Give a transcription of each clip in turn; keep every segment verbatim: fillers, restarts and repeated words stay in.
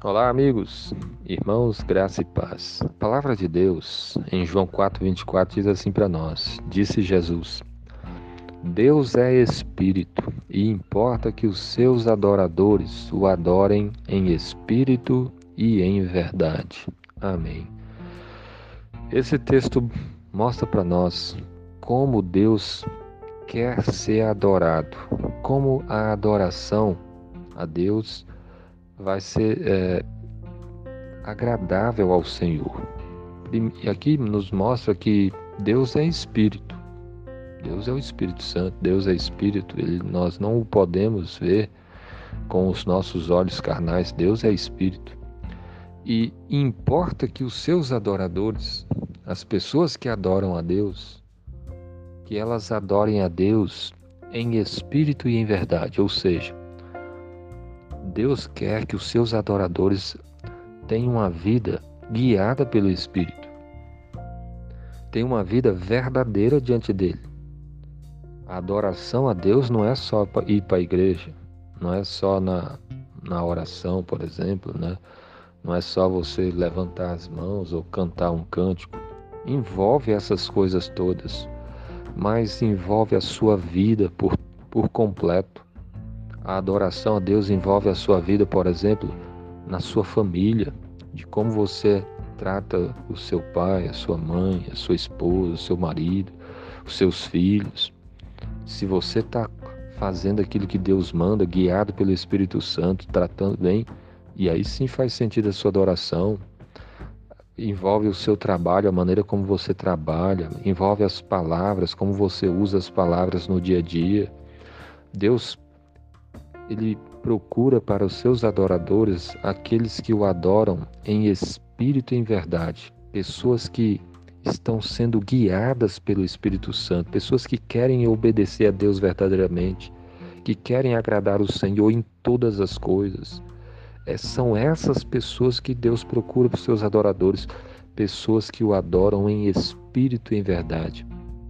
Olá, amigos, irmãos, graça e paz. A palavra de Deus, em João quatro, vinte e quatro, diz assim para nós: Disse Jesus: Deus é espírito, e importa que os seus adoradores o adorem em espírito e em verdade. Amém. Esse texto mostra para nós como Deus quer ser adorado, como a adoração a Deus vai ser é, agradável ao Senhor. E aqui nos mostra que Deus é Espírito. Deus é o Espírito Santo, Deus é Espírito. Ele, nós não o podemos ver com os nossos olhos carnais. Deus é Espírito. E importa que os seus adoradores, as pessoas que adoram a Deus, que elas adorem a Deus em espírito e em verdade. Ou seja, Deus quer que os seus adoradores tenham uma vida guiada pelo Espírito. Tenham uma vida verdadeira diante dele. A adoração a Deus não é só ir para a igreja, não é só na, na oração, por exemplo, né? Não é só você levantar as mãos ou cantar um cântico. Envolve essas coisas todas, mas envolve a sua vida por, por completo. A adoração a Deus envolve a sua vida, por exemplo, na sua família, de como você trata o seu pai, a sua mãe, a sua esposa, o seu marido, os seus filhos. Se você está fazendo aquilo que Deus manda, guiado pelo Espírito Santo, tratando bem, e aí sim faz sentido a sua adoração. Envolve o seu trabalho, a maneira como você trabalha, envolve as palavras, como você usa as palavras no dia a dia. Deus, Ele procura para os seus adoradores aqueles que o adoram em espírito e em verdade. Pessoas que estão sendo guiadas pelo Espírito Santo, pessoas que querem obedecer a Deus verdadeiramente, que querem agradar o Senhor em todas as coisas. É, são essas pessoas que Deus procura para os seus adoradores, pessoas que o adoram em espírito e em verdade,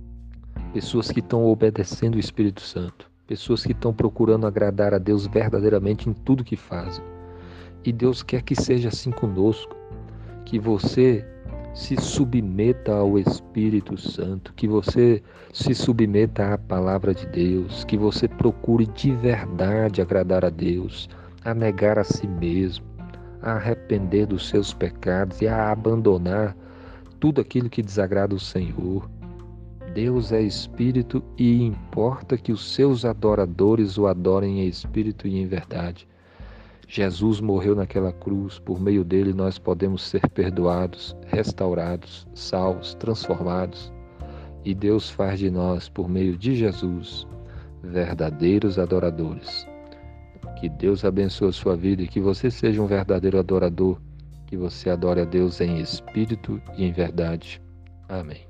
pessoas que estão obedecendo o Espírito Santo, pessoas que estão procurando agradar a Deus verdadeiramente em tudo que fazem. E Deus quer que seja assim conosco, que você se submeta ao Espírito Santo, que você se submeta à palavra de Deus, que você procure de verdade agradar a Deus, a negar a si mesmo, a arrepender dos seus pecados e a abandonar tudo aquilo que desagrada o Senhor. Deus é Espírito e importa que os seus adoradores o adorem em espírito e em verdade. Jesus morreu naquela cruz, por meio dele nós podemos ser perdoados, restaurados, salvos, transformados. E Deus faz de nós, por meio de Jesus, verdadeiros adoradores. Que Deus abençoe a sua vida e que você seja um verdadeiro adorador, que você adore a Deus em espírito e em verdade. Amém.